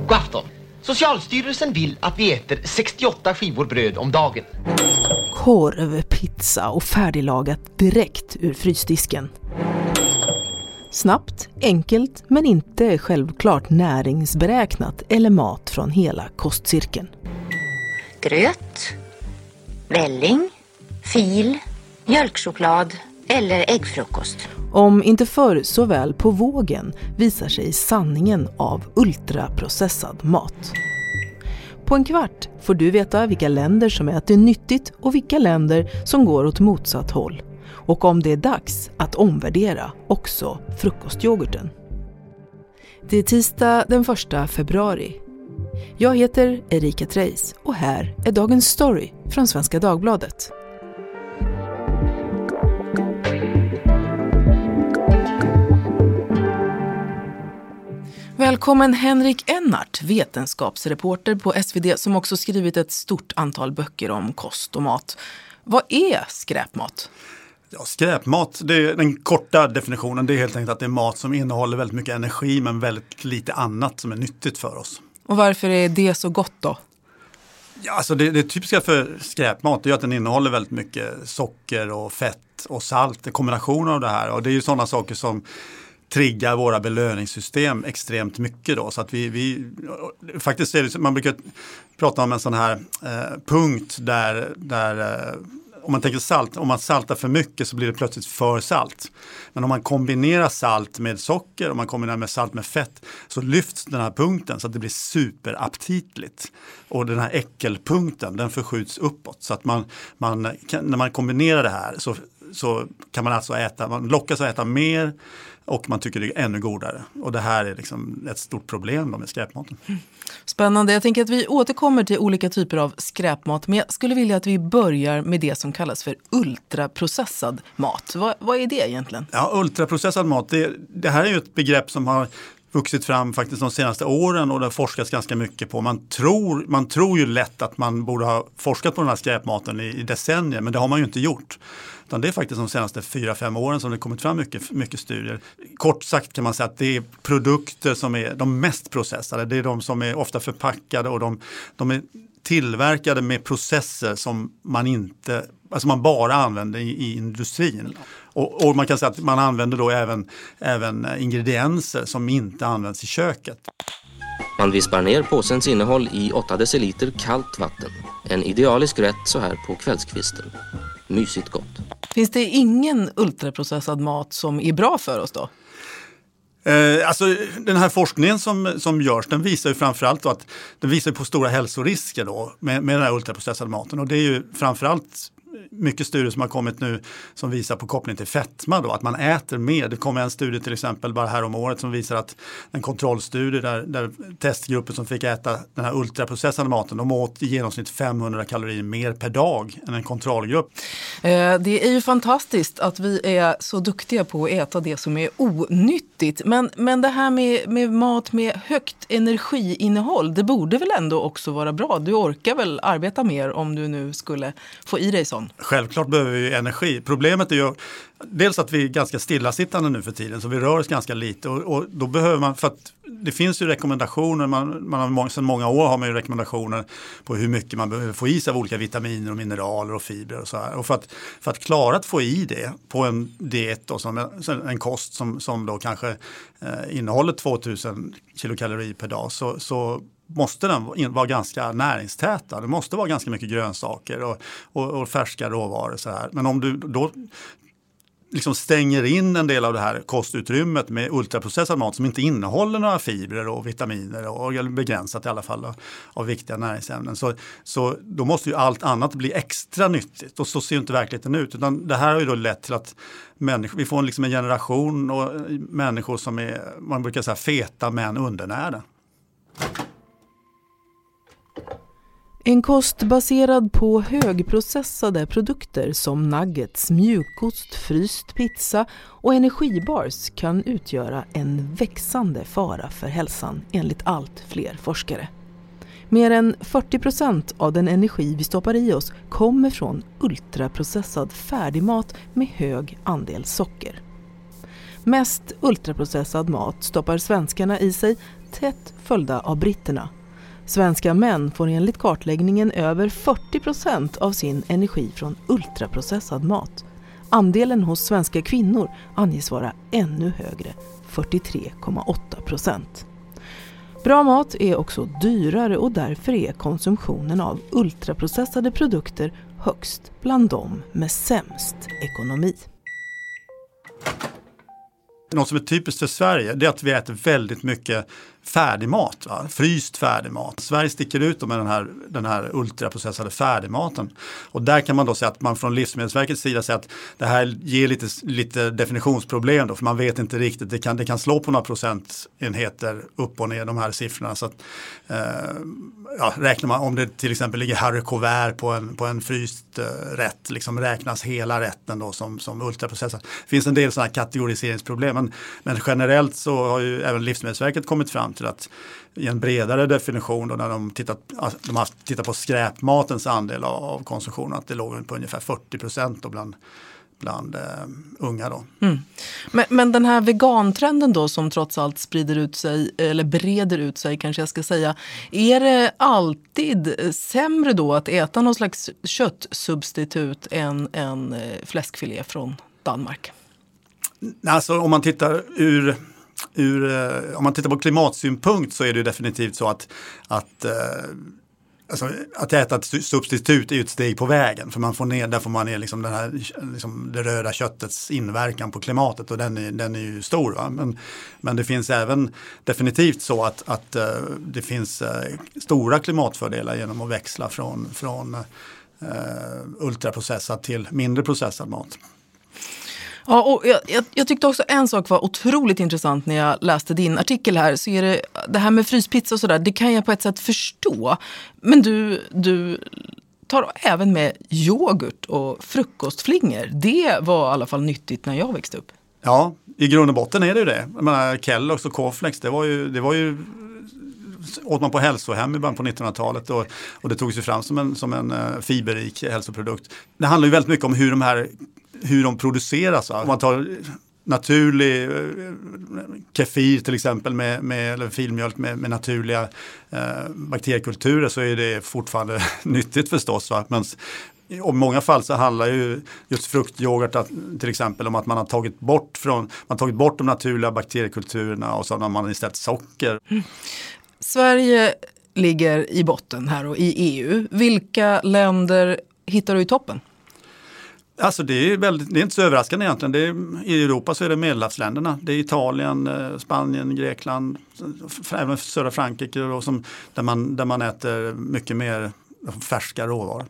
god afton. Socialstyrelsen vill att vi äter 68 skivor bröd om dagen. Korv, pizza och färdiglagat direkt ur frysdisken. Snabbt, enkelt men inte självklart näringsberäknat eller mat från hela kostcirkeln. Gröt, välling, fil, mjölkchoklad eller äggfrukost. Om inte förr så väl på vågen visar sig sanningen av ultraprocessad mat. På en kvart får du veta vilka länder som äter nyttigt och vilka länder som går åt motsatt håll. Och om det är dags att omvärdera också frukostyoghurten. Det är tisdag den 1 februari. Jag heter Erika Treis och här är dagens story från Svenska Dagbladet. Välkommen Henrik Ennart, vetenskapsreporter på SvD som också skrivit ett stort antal böcker om kost och mat. Vad är skräpmat? Ja, skräpmat, det är den korta definitionen. Det är helt enkelt att det är mat som innehåller väldigt mycket energi men väldigt lite annat som är nyttigt för oss. Och varför är det så gott då? Ja, alltså det typiska för skräpmat är att den innehåller väldigt mycket socker och fett och salt. En kombination av det här. Och det är ju sådana saker som triggar våra belöningssystem extremt mycket då. Så att vi faktiskt är det, man brukar prata om en sån här punkt där om man tänker salt, om man saltar för mycket så blir det plötsligt för salt. Men om man kombinerar salt med socker och man kombinerar med salt med fett så lyfts den här punkten så att det blir superaptitligt. Och den här äckelpunkten den förskjuts uppåt. Så att när man kombinerar det här så kan man alltså man lockas att äta mer och man tycker det är ännu godare. Och det här är liksom ett stort problem med skräpmaten. Spännande. Jag tänker att vi återkommer till olika typer av skräpmat. Men jag skulle vilja att vi börjar med det som kallas för ultraprocessad mat. Vad är det egentligen? Ja, ultraprocessad mat. Det här är ju ett begrepp som har vuxit fram faktiskt de senaste åren och det har forskats ganska mycket på. Man tror ju lätt att man borde ha forskat på den här skräpmaten i decennier, men det har man ju inte gjort. Utan det är faktiskt de senaste 4-5 åren som det kommit fram mycket studier. Kort sagt kan man säga att det är produkter som är de mest processade. Det är de som är ofta förpackade och de är tillverkade med processer som man bara använder i industrin. Och man kan säga att man använder då även ingredienser som inte används i köket. Man vispar ner påsens innehåll i 8 deciliter kallt vatten. En idealisk rätt så här på kvällskvisten. Mysigt gott. Finns det ingen ultraprocessad mat som är bra för oss då? Alltså den här forskningen som görs, den visar ju framförallt då att den visar på stora hälsorisker då med den här ultraprocessade maten. Och det är ju framförallt mycket studier som har kommit nu som visar på koppling till fetma då, att man äter mer. Det kommer en studie till exempel bara här om året som visar att en kontrollstudie där testgrupper som fick äta den här ultraprocessade maten, de åt i genomsnitt 500 kalorier mer per dag än en kontrollgrupp. Det är ju fantastiskt att vi är så duktiga på att äta det som är onyttigt. Men det här med mat med högt energiinnehåll, det borde väl ändå också vara bra? Du orkar väl arbeta mer om du nu skulle få i dig sånt? Självklart behöver vi energi. Problemet är ju dels att vi är ganska stillasittande nu för tiden så vi rör oss ganska lite och då behöver man, för att det finns ju rekommendationer, sedan många år har man ju rekommendationer på hur mycket man behöver få i sig av olika vitaminer och mineraler och fibrer och så här. Och för att klara att få i det på en diet och en kost som då kanske innehåller 2000 kilokalorier per dag så måste den vara ganska näringstäta. Det måste vara ganska mycket grönsaker och färska råvaror. Så här. Men om du då liksom stänger in en del av det här kostutrymmet med ultraprocessad mat som inte innehåller några fibrer och vitaminer och begränsat i alla fall av viktiga näringsämnen. Så då måste ju allt annat bli extra nyttigt och så ser ju inte verkligheten ut. Utan det här har ju då lett till att vi får liksom en generation och människor som är, man brukar säga, feta men undernärda. En kost baserad på högprocessade produkter som nuggets, mjukost, fryst pizza och energibars kan utgöra en växande fara för hälsan enligt allt fler forskare. Mer än 40% av den energi vi stoppar i oss kommer från ultraprocessad färdigmat med hög andel socker. Mest ultraprocessad mat stoppar svenskarna i sig, tätt följda av britterna. Svenska män får enligt kartläggningen över 40% av sin energi från ultraprocessad mat. Andelen hos svenska kvinnor anges vara ännu högre, 43,8%. Bra mat är också dyrare och därför är konsumtionen av ultraprocessade produkter högst bland dem med sämst ekonomi. Något som är typiskt för Sverige, det är att vi äter väldigt mycket färdigmat, fryst färdigmat. Sverige sticker ut med den här ultraprocessade färdigmaten. Och där kan man då säga att man från Livsmedelsverkets sida säger att det här ger lite definitionsproblem då, för man vet inte riktigt, det kan slå på några procentenheter upp och ner de här siffrorna. Så att, räknar man om det till exempel ligger haricots verts på en fryst rätt, liksom räknas hela rätten då som ultraprocessad. Det finns en del sådana här kategoriseringsproblem, men generellt så har ju även Livsmedelsverket kommit fram till att i en bredare definition då, när de har tittat på skräpmatens andel av konsumtionen, att det låg på ungefär 40% då bland unga då. Mm. Men den här vegantrenden då som trots allt sprider ut sig, eller breder ut sig kanske jag ska säga, är det alltid sämre då att äta någon slags köttsubstitut än en fläskfilé från Danmark? Alltså om man tittar om man tittar på klimatsynpunkt så är det ju definitivt så att äta ett substitut är ju ett steg på vägen, för där får man ner liksom den här, liksom det röda köttets inverkan på klimatet, och den är ju stor. Va? Men det finns även definitivt så att det finns stora klimatfördelar genom att växla från ultraprocessad till mindre processad mat. Ja, och jag tyckte också en sak var otroligt intressant när jag läste din artikel här, så är det här med fryspizza och sådär, det kan jag på ett sätt förstå. Men du tar även med yoghurt och frukostflingor. Det var i alla fall nyttigt när jag växte upp. Ja, i grund och botten är det ju det. Jag menar, Kellogg's och Cornflakes, det var ju åt man på hälsohem i början på 1900-talet och det togs ju fram som en fiberrik hälsoprodukt. Det handlar ju väldigt mycket om hur de produceras. Om man tar naturlig kefir till exempel eller filmjölk med naturliga bakteriekulturer, så är det fortfarande nyttigt förstås. Va? Men i många fall så handlar ju just fruktyoghurt till exempel om att man har tagit bort de naturliga bakteriekulturerna och så har man istället socker. Mm. Sverige ligger i botten här och i EU. Vilka länder hittar du i toppen? Alltså det är inte så överraskande egentligen. I Europa så är det Medelhavsländerna. Det är Italien, Spanien, Grekland, även södra Frankrike då, där man äter mycket mer färska råvaror.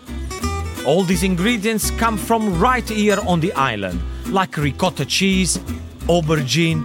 All these ingredients come from right here on the island, like ricotta cheese, aubergine,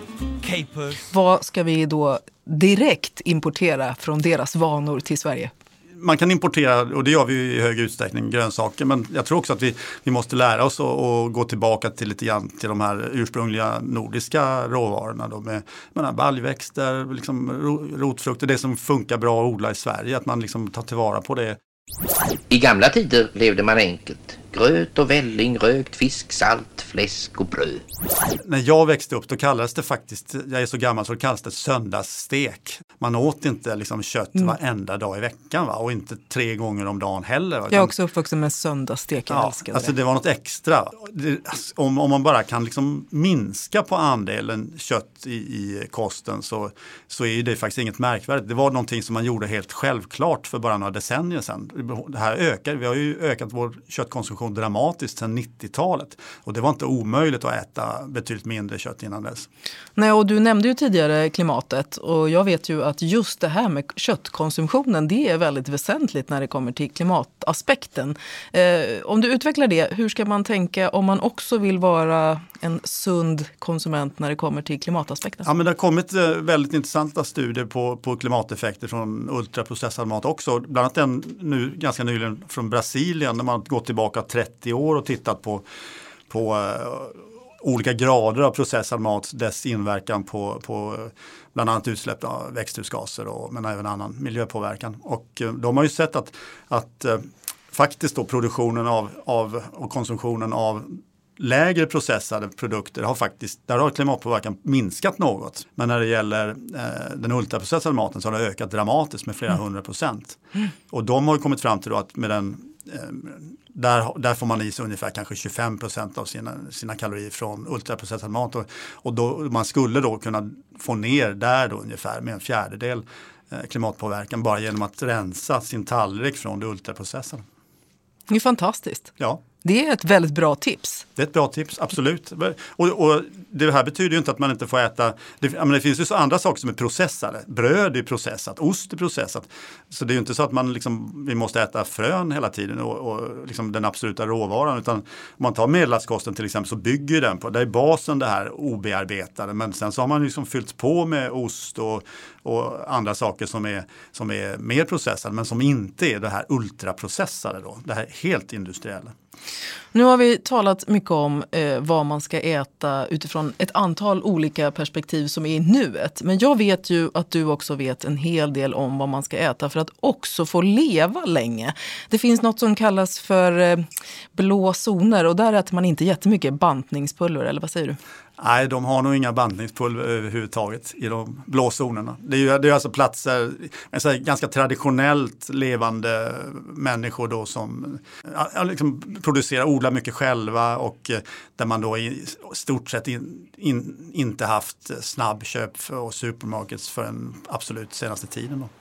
capers. Vad ska vi då direkt importera från deras vanor till Sverige? Man kan importera, och det gör vi i hög utsträckning, grönsaker, men jag tror också att vi måste lära oss att gå tillbaka till lite grann till de här ursprungliga nordiska råvarorna då, med baljväxter, liksom rotfrukter, det som funkar bra att odla i Sverige, att man liksom tar tillvara på det. I gamla tider levde man enkelt. Gröt och välling, rökt fisk, salt, fläsk och bröd. När jag växte upp då kallades det faktiskt, jag är så gammal så det kallades det söndagsstek. Man åt inte liksom kött varenda dag i veckan, va? Och inte 3 gånger om dagen heller. Va? Jag är också uppvuxen med söndagsstek, jag älskade alltså det var något extra. Om man bara kan liksom minska på andelen kött i kosten så är det faktiskt inget märkvärdigt. Det var någonting som man gjorde helt självklart för bara några decennier sedan. Det här ökar, vi har ju ökat vår köttkonsumtion dramatiskt sedan 90-talet. Och det var inte omöjligt att äta betydligt mindre kött innan dess. Nej, och du nämnde ju tidigare klimatet, och jag vet ju att just det här med köttkonsumtionen, det är väldigt väsentligt när det kommer till klimataspekten. Om du utvecklar det, hur ska man tänka om man också vill vara en sund konsument när det kommer till klimataspekten? Ja, men det har kommit väldigt intressanta studier på klimateffekter från ultraprocessad mat också. Bland annat en nu ganska nyligen från Brasilien, där man gått tillbaka 30 år och tittat på olika grader av processad mat, dess inverkan på bland annat utsläpp av växthusgaser men även annan miljöpåverkan. Och de har ju sett att faktiskt då produktionen av och konsumtionen av lägre processade produkter där har klimatpåverkan minskat något. Men när det gäller den ultraprocessade maten så har det ökat dramatiskt med flera 100%. Och de har ju kommit fram till då att med den där får man i sig ungefär kanske 25% av sina kalorier från ultraprocessad mat. Och då, man skulle då kunna få ner där då ungefär med 1/4 klimatpåverkan bara genom att rensa sin tallrik från det ultraprocessade. Det är fantastiskt. Ja. Det är ett väldigt bra tips. Det är ett bra tips, absolut. Och det här betyder ju inte att man inte får äta... Det finns ju så andra saker som är processade. Bröd är processat, ost är processat. Så det är ju inte så att vi måste äta frön hela tiden och liksom den absoluta råvaran. Utan om man tar medelhavskosten till exempel så bygger den på... Där är basen det här obearbetade. Men sen så har man liksom fyllt på med ost och andra saker som är mer processade. Men som inte är det här ultraprocessade då. Det här helt industriella. Nu har vi talat mycket om vad man ska äta utifrån ett antal olika perspektiv som är i nuet. Men jag vet ju att du också vet en hel del om vad man ska äta för att också få leva länge. Det finns något som kallas för blå zoner och där äter man inte jättemycket bantningspulver, eller vad säger du? Nej, de har nog inga bantningspulver överhuvudtaget i de blå zonerna. Det är alltså platser, ganska traditionellt levande människor då som liksom odlar mycket själva och där man då i stort sett inte haft snabbköp och supermarkets för den absolut senaste tiden då.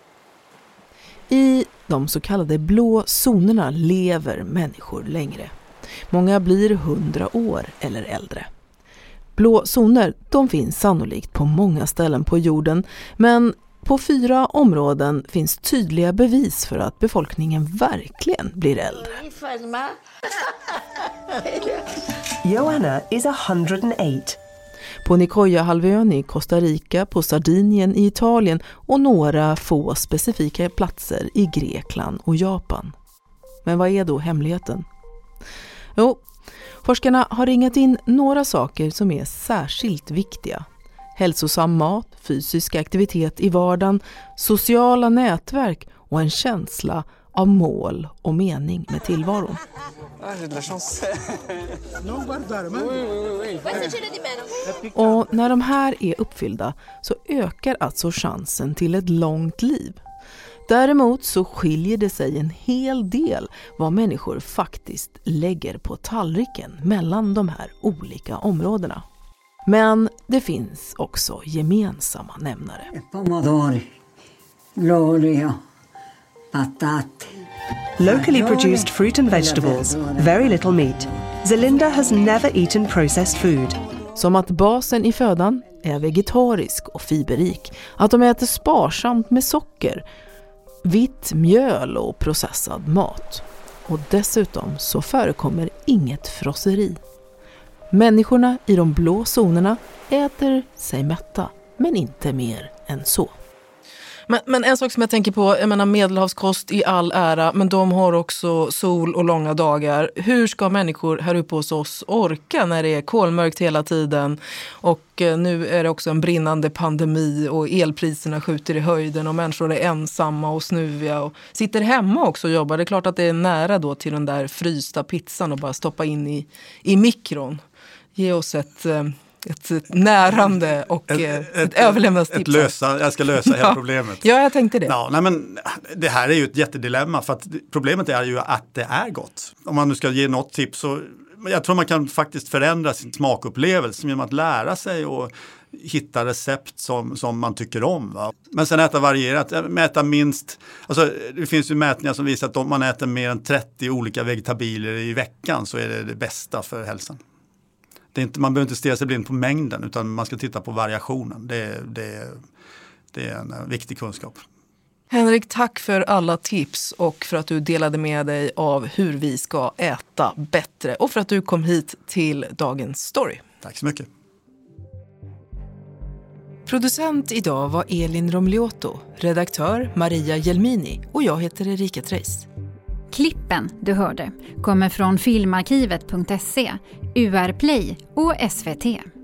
I de så kallade blå zonerna lever människor längre. Många blir 100 år eller äldre. Blå zoner, de finns sannolikt på många ställen på jorden, men på 4 områden finns tydliga bevis för att befolkningen verkligen blir äldre. Joanna is 108. På Nicoya-halvön i Costa Rica, på Sardinien i Italien och några få specifika platser i Grekland och Japan. Men vad är då hemligheten? Jo, forskarna har ringat in några saker som är särskilt viktiga. Hälsosam mat, fysisk aktivitet i vardagen, sociala nätverk och en känsla av mål och mening med tillvaron. Och när de här är uppfyllda så ökar alltså chansen till ett långt liv. Däremot så skiljer det sig en hel del vad människor faktiskt lägger på tallriken mellan de här olika områdena. Men det finns också gemensamma nämnare. Pomodori, gloria, patate. Locally produced fruit and vegetables, very little meat. Zelinda has never eaten processed food. Som att basen i födan är vegetarisk och fiberrik, att de äter sparsamt med socker, vitt mjöl och processad mat. Och dessutom så förekommer inget frosseri. Människorna i de blå zonerna äter sig mätta, men inte mer än så. Men en sak som jag tänker på, jag menar medelhavskost i all ära, men de har också sol och långa dagar. Hur ska människor här uppe hos oss orka när det är kolmörkt hela tiden? Och nu är det också en brinnande pandemi och elpriserna skjuter i höjden och människor är ensamma och snuviga och sitter hemma också och jobbar. Det är klart att det är nära då till den där frysta pizzan och bara stoppa in i mikron. Ge oss ett närande och ett överlevnadstips. Jag ska lösa hela problemet. Ja, jag tänkte det. Ja, nej, men det här är ju ett jättedilemma för att problemet är ju att det är gott. Om man nu ska ge något tips så jag tror man kan faktiskt förändra sin smakupplevelse genom att lära sig och hitta recept som man tycker om. Va? Men sen äta varierat, äta minst, alltså det finns ju mätningar som visar att om man äter mer än 30 olika vegetabilier i veckan så är det bästa för hälsan. Det är inte, man behöver inte stirra sig blind på mängden utan man ska titta på variationen. Det är en viktig kunskap. Henrik, tack för alla tips och för att du delade med dig av hur vi ska äta bättre och för att du kom hit till Dagens Story. Tack så mycket. Producent idag var Elin Romliotto, redaktör Maria Gelmini och jag heter Erika Treis. Klippen du hörde kommer från filmarkivet.se, UR Play och SVT.